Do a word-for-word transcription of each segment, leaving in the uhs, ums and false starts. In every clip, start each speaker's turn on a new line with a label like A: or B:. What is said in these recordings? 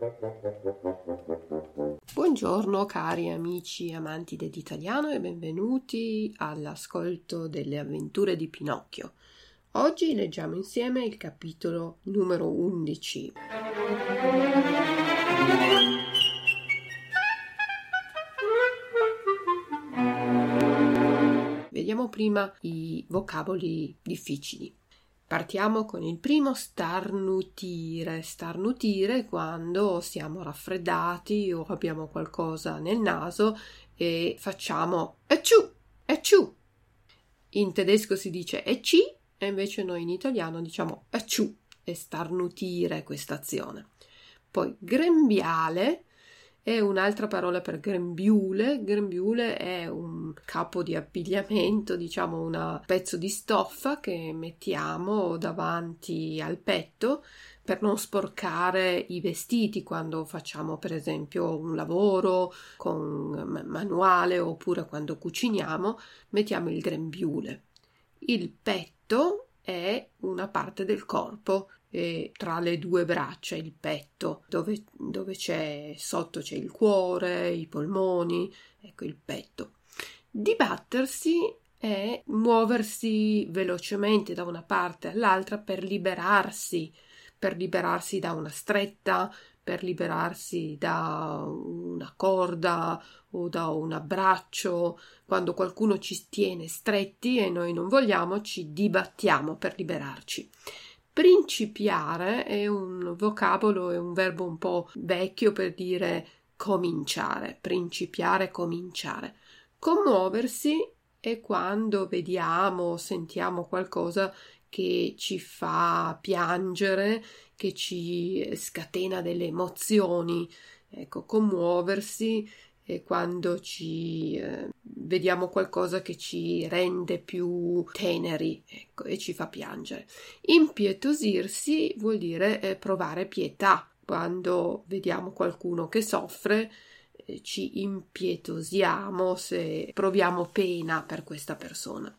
A: Buongiorno cari amici amanti dell'italiano e benvenuti all'ascolto delle avventure di Pinocchio. Oggi leggiamo insieme il capitolo numero undici. Vediamo prima i vocaboli difficili. Partiamo con il primo, starnutire. Starnutire quando siamo raffreddati o abbiamo qualcosa nel naso e facciamo ecciù, ecciù. In tedesco si dice ecci e invece noi in italiano diciamo ecciù e starnutire questa azione. Poi grembiale è un'altra parola per grembiule. Grembiule è un capo di abbigliamento, diciamo un pezzo di stoffa che mettiamo davanti al petto per non sporcare i vestiti quando facciamo per esempio un lavoro con manuale oppure quando cuciniamo, mettiamo il grembiule. Il petto è una parte del corpo e tra le due braccia, il petto, dove, dove c'è sotto c'è il cuore, i polmoni, ecco il petto. Dibattersi è muoversi velocemente da una parte all'altra per liberarsi, per liberarsi da una stretta, per liberarsi da una corda o da un abbraccio. Quando qualcuno ci tiene stretti e noi non vogliamo, ci dibattiamo per liberarci. Principiare è un vocabolo, è un verbo un po' vecchio per dire cominciare, principiare, cominciare. Commuoversi è quando vediamo, sentiamo qualcosa che ci fa piangere, che ci scatena delle emozioni. Ecco, commuoversi è quando ci eh, vediamo qualcosa che ci rende più teneri, ecco, e ci fa piangere. Impietosirsi vuol dire eh, provare pietà. Quando vediamo qualcuno che soffre, eh, ci impietosiamo se proviamo pena per questa persona.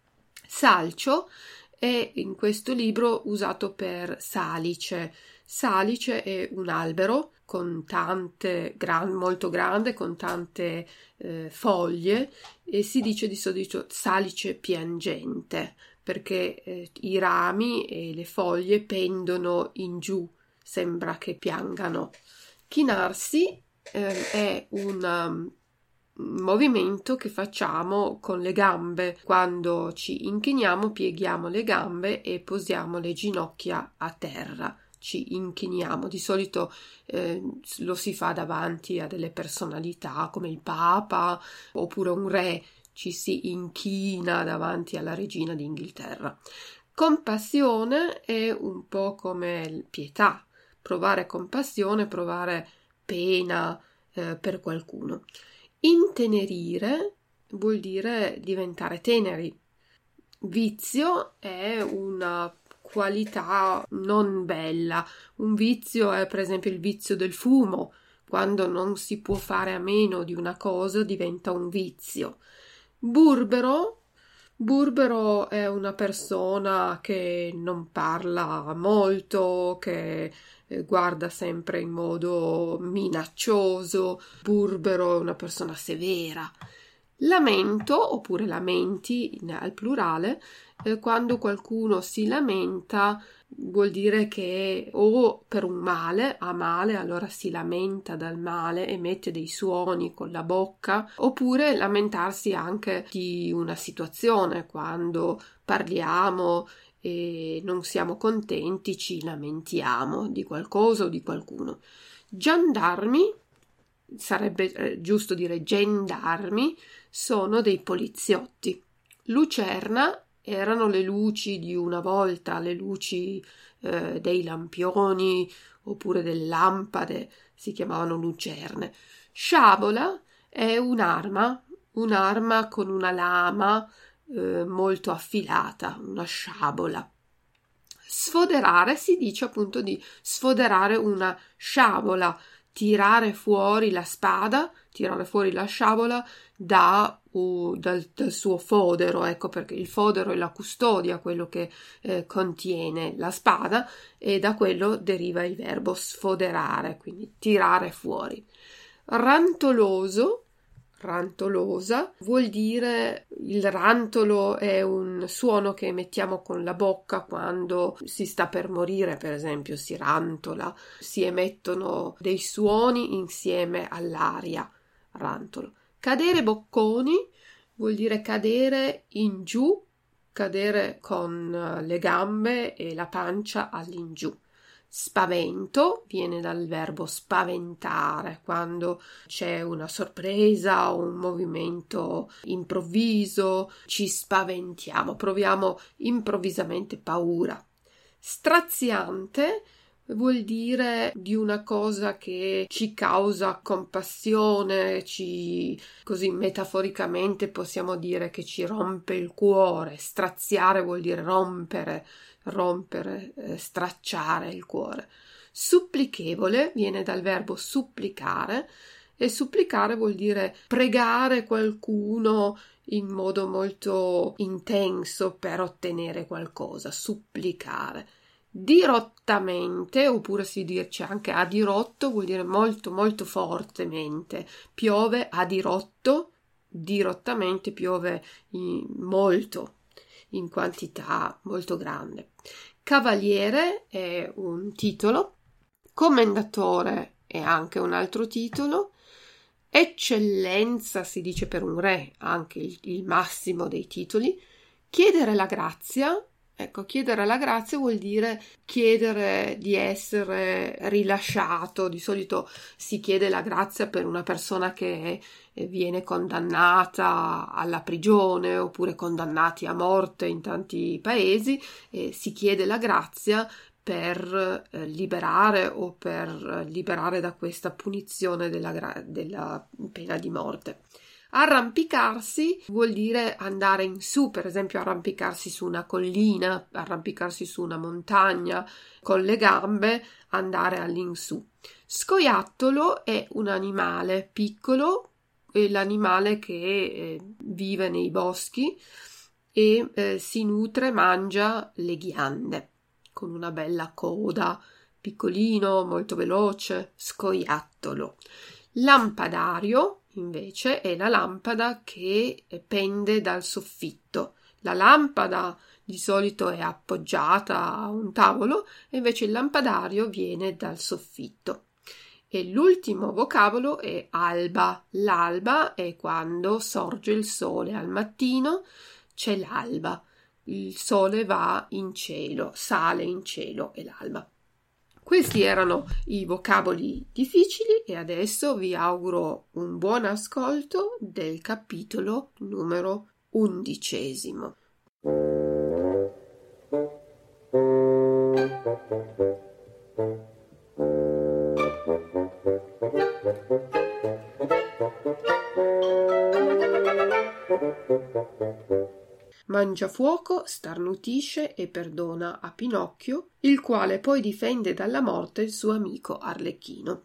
A: Salcio è in questo libro usato per salice. Salice è un albero con tante, gran, molto grande, con tante eh, foglie e si dice di solito salice piangente perché eh, i rami e le foglie pendono in giù, sembra che piangano. Chinarsi eh, è un um, movimento che facciamo con le gambe. Quando ci inchiniamo, pieghiamo le gambe e posiamo le ginocchia a terra. Ci inchiniamo, di solito eh, lo si fa davanti a delle personalità come il Papa oppure un re, ci si inchina davanti alla regina d'Inghilterra. Compassione è un po' come pietà, provare compassione, provare pena eh, per qualcuno. Intenerire vuol dire diventare teneri. Vizio è una qualità non bella. Un vizio è per esempio il vizio del fumo. Quando non si può fare a meno di una cosa diventa un vizio. Burbero. Burbero è una persona che non parla molto, che guarda sempre in modo minaccioso. Burbero è una persona severa. Lamento, oppure lamenti al plurale, eh, quando qualcuno si lamenta vuol dire che o per un male, ha male, allora si lamenta dal male, emette dei suoni con la bocca, oppure lamentarsi anche di una situazione, quando parliamo e non siamo contenti, ci lamentiamo di qualcosa o di qualcuno. Gendarmi, sarebbe eh, giusto dire gendarmi, sono dei poliziotti. Lucerna erano le luci di una volta, le luci eh, dei lampioni oppure delle lampade, si chiamavano lucerne. Sciabola è un'arma, un'arma con una lama eh, molto affilata, una sciabola. Sfoderare si dice appunto di sfoderare una sciabola, tirare fuori la spada, tirare fuori la sciabola da, uh, dal, dal suo fodero, ecco, perché il fodero è la custodia, quello che eh, contiene la spada, e da quello deriva il verbo sfoderare, quindi tirare fuori. Rantoloso, rantolosa, vuol dire, il rantolo è un suono che emettiamo con la bocca quando si sta per morire, per esempio si rantola, si emettono dei suoni insieme all'aria, rantolo. Cadere bocconi vuol dire cadere in giù, cadere con le gambe e la pancia all'ingiù. Spavento viene dal verbo spaventare, quando c'è una sorpresa o un movimento improvviso, ci spaventiamo, proviamo improvvisamente paura. Straziante vuol dire di una cosa che ci causa compassione, ci, così metaforicamente possiamo dire che ci rompe il cuore. Straziare vuol dire rompere, rompere, eh, stracciare il cuore. Supplichevole viene dal verbo supplicare, e supplicare vuol dire pregare qualcuno in modo molto intenso per ottenere qualcosa, supplicare. Dirottamente, oppure si dice anche a dirotto, vuol dire molto molto fortemente. Piove a dirotto, dirottamente piove in molto, in quantità molto grande. Cavaliere è un titolo, commendatore è anche un altro titolo, eccellenza si dice per un re, anche il, il massimo dei titoli. Chiedere la grazia, ecco, chiedere la grazia vuol dire chiedere di essere rilasciato. Di solito si chiede la grazia per una persona che viene condannata alla prigione, oppure condannati a morte in tanti paesi, e si chiede la grazia per eh, liberare o per liberare da questa punizione della, gra- della pena di morte. Arrampicarsi vuol dire andare in su, per esempio arrampicarsi su una collina, arrampicarsi su una montagna, con le gambe andare all'insù. Scoiattolo è un animale piccolo, è l'animale che eh, vive nei boschi e eh, si nutre, mangia le ghiande, con una bella coda, piccolino, molto veloce, scoiattolo. Lampadario invece è la lampada che pende dal soffitto. La lampada di solito è appoggiata a un tavolo, e invece il lampadario viene dal soffitto. E l'ultimo vocabolo è alba. L'alba è quando sorge il sole al mattino, c'è l'alba. Il sole va in cielo, sale in cielo, è l'alba. Questi erano i vocaboli difficili, e adesso vi auguro un buon ascolto del capitolo numero undicesimo. Mangiafuoco starnutisce e perdona a Pinocchio, il quale poi difende dalla morte il suo amico Arlecchino.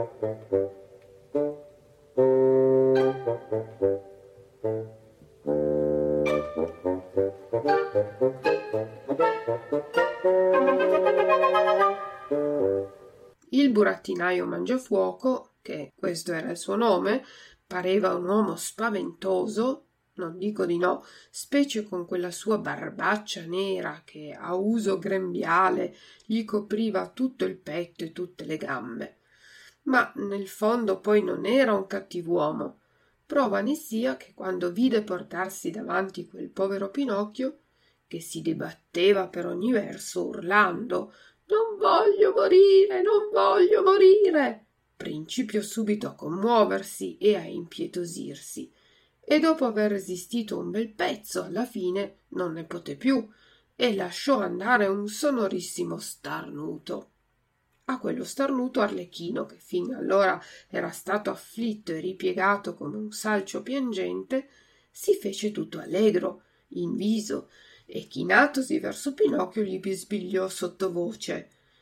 A: Il burattinaio Mangiafuoco, che questo era il suo nome, pareva un uomo spaventoso, non dico di no, specie con quella sua barbaccia nera che a uso grembiale gli copriva tutto il petto e tutte le gambe. Ma nel fondo poi non era un cattiv'uomo. Prova ne sia che quando vide portarsi davanti quel povero Pinocchio, che si dibatteva per ogni verso urlando «Non voglio morire, non voglio morire!», principiò subito a commuoversi e a impietosirsi, e dopo aver resistito un bel pezzo, alla fine non ne poté più e lasciò andare un sonorissimo starnuto. A quello starnuto Arlecchino, che fin allora era stato afflitto e ripiegato come un salcio piangente, si fece tutto allegro in viso e chinatosi verso Pinocchio gli bisbigliò sottovoce: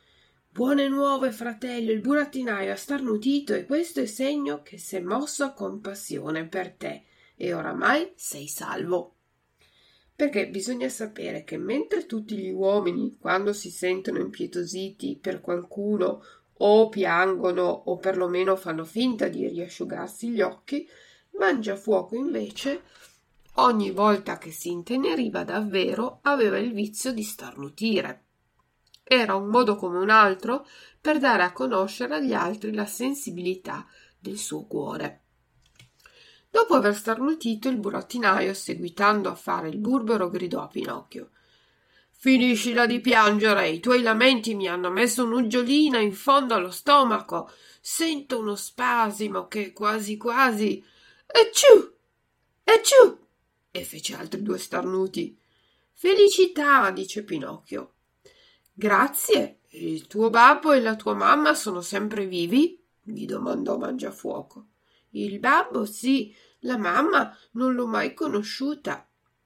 A: Buone nuove, fratello, il burattinaio ha starnutito e questo è segno che s'è mosso a compassione per te e oramai sei salvo. Perché bisogna sapere che mentre tutti gli uomini, quando si sentono impietositi per qualcuno, o piangono o perlomeno fanno finta di riasciugarsi gli occhi, Mangiafuoco invece, ogni volta che si inteneriva davvero, aveva il vizio di starnutire. Era un modo come un altro per dare a conoscere agli altri la sensibilità del suo cuore. Dopo aver starnutito, il burattinaio, seguitando a fare il burbero, gridò a Pinocchio: «Finiscila di piangere, i tuoi lamenti mi hanno messo un'uggiolina in fondo allo stomaco. Sento uno spasimo che quasi quasi... Ecciù! Ecciù!» e fece altri due starnuti. «Felicità!» dice Pinocchio. «Grazie, il tuo babbo e la tua mamma sono sempre vivi?» gli domandò Mangiafuoco. «Il babbo sì, la mamma non l'ho mai conosciuta».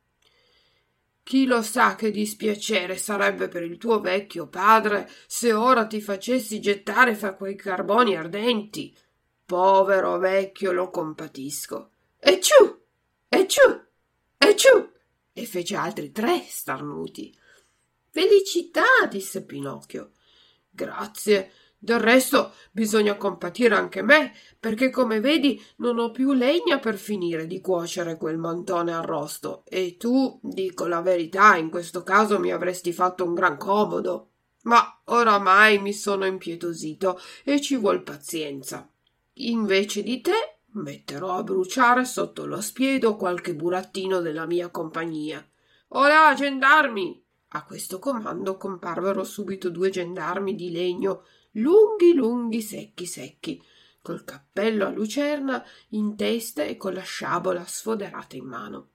A: «Chi lo sa che dispiacere sarebbe per il tuo vecchio padre se ora ti facessi gettare fra quei carboni ardenti. Povero vecchio, lo compatisco». «Ecciù! Ecciù! Ecciù!» e fece altri tre starnuti. «Felicità!» disse Pinocchio. «Grazie. Del resto bisogna compatire anche me, perché come vedi non ho più legna per finire di cuocere quel montone arrosto, e tu, dico la verità, in questo caso mi avresti fatto un gran comodo. Ma oramai mi sono impietosito e ci vuol pazienza. Invece di te metterò a bruciare sotto lo spiedo qualche burattino della mia compagnia. Olà, gendarmi!» A questo comando comparvero subito due gendarmi di legno, lunghi lunghi, secchi secchi, col cappello a lucerna in testa e con la sciabola sfoderata in mano.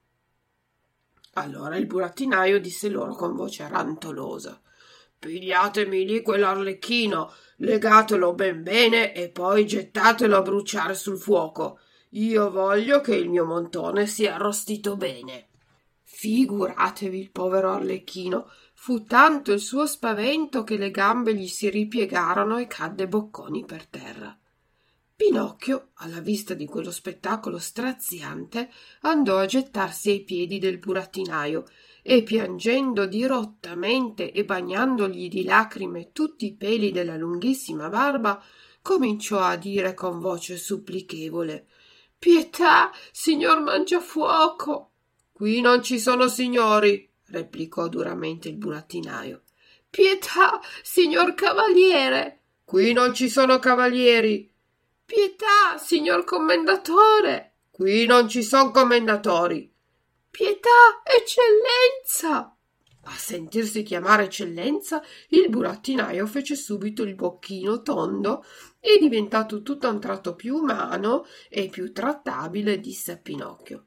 A: Allora il burattinaio disse loro con voce rantolosa: «Pigliatemi lì quell'arlecchino, legatelo ben bene e poi gettatelo a bruciare sul fuoco. Io voglio che il mio montone sia arrostito bene». Figuratevi il povero Arlecchino, fu tanto il suo spavento che le gambe gli si ripiegarono e cadde bocconi per terra. Pinocchio, alla vista di quello spettacolo straziante, andò a gettarsi ai piedi del burattinaio e, piangendo dirottamente e bagnandogli di lacrime tutti i peli della lunghissima barba, cominciò a dire con voce supplichevole: «Pietà, signor Mangiafuoco!» «Qui non ci sono signori», replicò duramente il burattinaio. «Pietà, signor cavaliere!» «Qui non ci sono cavalieri». «Pietà, signor commendatore!» «Qui non ci son commendatori». «Pietà, eccellenza!» A sentirsi chiamare eccellenza, il burattinaio fece subito il bocchino tondo e, diventato tutto a un tratto più umano e più trattabile, disse a Pinocchio: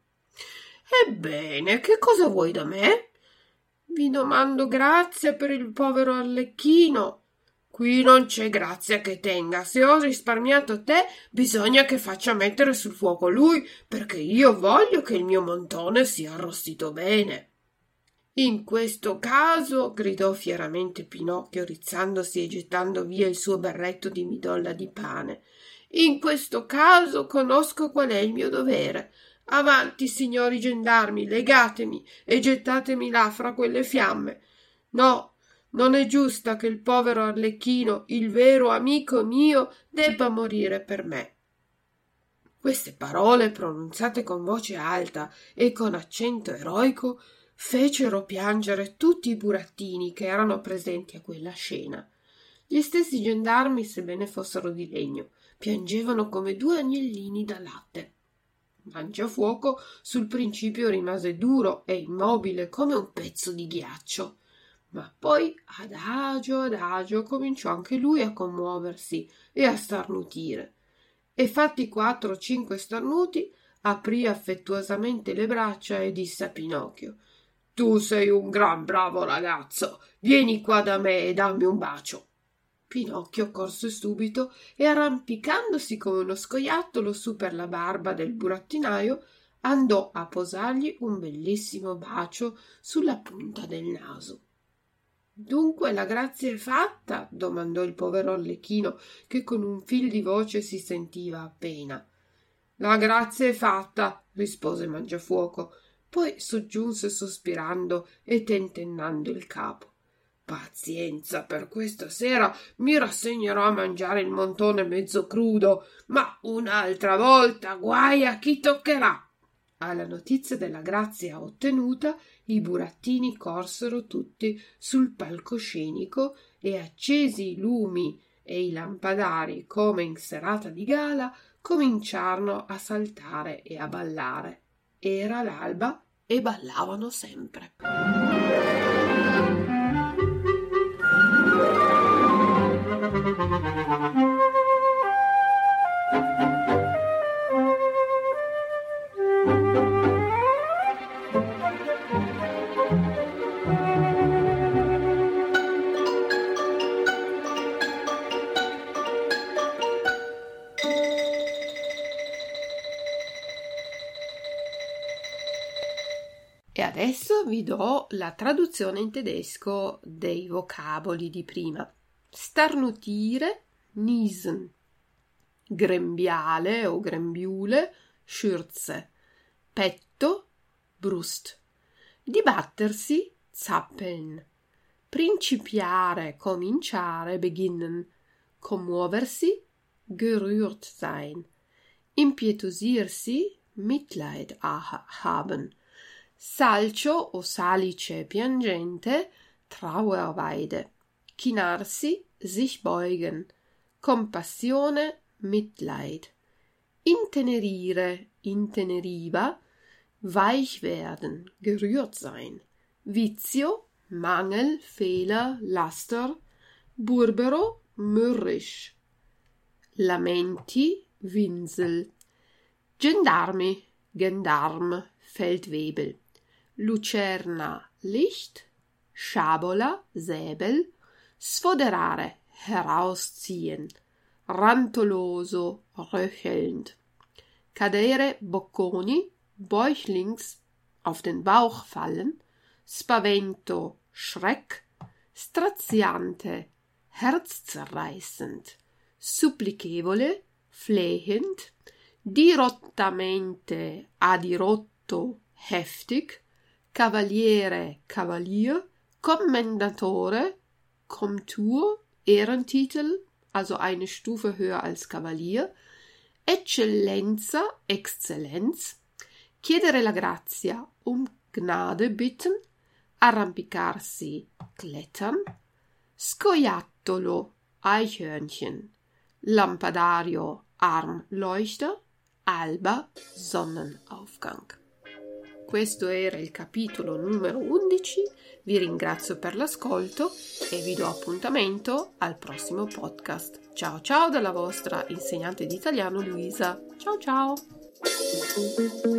A: «Ebbene, che cosa vuoi da me?» «Vi domando grazia per il povero Arlecchino». «Qui non c'è grazia che tenga. Se ho risparmiato te, bisogna che faccia mettere sul fuoco lui, perché io voglio che il mio montone sia arrostito bene». «In questo caso», gridò fieramente Pinocchio, rizzandosi e gettando via il suo berretto di midolla di pane, «in questo caso conosco qual è il mio dovere. Avanti, signori gendarmi, legatemi e gettatemi là fra quelle fiamme. No, non è giusta che il povero Arlecchino, il vero amico mio, debba morire per me». Queste parole, pronunziate con voce alta e con accento eroico, fecero piangere tutti i burattini che erano presenti a quella scena. Gli stessi gendarmi, sebbene fossero di legno, piangevano come due agnellini da latte. Mangiafuoco sul principio rimase duro e immobile come un pezzo di ghiaccio, ma poi adagio adagio cominciò anche lui a commuoversi e a starnutire, e fatti quattro o cinque starnuti aprì affettuosamente le braccia e disse a Pinocchio: «Tu sei un gran bravo ragazzo, vieni qua da me e dammi un bacio». Pinocchio corse subito e, arrampicandosi come uno scoiattolo su per la barba del burattinaio, andò a posargli un bellissimo bacio sulla punta del naso. Dunque la grazia è fatta? Domandò il povero Arlecchino, che con un fil di voce si sentiva appena. La grazia è fatta, rispose Mangiafuoco, poi soggiunse sospirando e tentennando il capo. Pazienza, per questa sera mi rassegnerò a mangiare il montone mezzo crudo, ma un'altra volta guai a chi toccherà. Alla notizia della grazia ottenuta, i burattini corsero tutti sul palcoscenico e, accesi i lumi e i lampadari come in serata di gala, cominciarono a saltare e a ballare. Era l'alba e ballavano sempre. E adesso vi do la traduzione in tedesco dei vocaboli di prima. Starnutire, niesen. Grembiale o grembiule, schürze. Petto, Brust. Dibattersi, zappeln. Principiare, cominciare, beginnen. Commuoversi, gerührt sein. Impietosirsi, Mitleid haben. Salcio o salice piangente, Trauerweide. Chinarsi, sich beugen. Compassione, Mitleid. Intenerire, inteneriva. Weich werden, gerührt sein. Vizio, Mangel, Fehler, Laster. Burbero, mürrisch. Lamenti, Winsel. Gendarmi, Gendarm, Feldwebel. Lucerna, Licht. Schabola, Säbel. Sfoderare, herausziehen. Rantoloso, röchelnd. Cadere, bocconi, bäuchlings, auf den Bauch fallen. Spavento, Schreck. Straziante, herzzerreißend. Supplicevole, flehend. Dirottamente, adirotto, heftig. Cavaliere, Kavalier. Kommendatore, Komtur, Ehrentitel, also eine Stufe höher als Kavalier. Eccellenza, Exzellenz. Chiedere la grazia, um Gnade bitten. Arrampicarsi, klettern. Scoiattolo, Eichhörnchen. Lampadario, Armleuchter. Alba, Sonnenaufgang. Questo era il capitolo numero undici, vi ringrazio per l'ascolto e vi do appuntamento al prossimo podcast. Ciao ciao dalla vostra insegnante di italiano Luisa. Ciao ciao!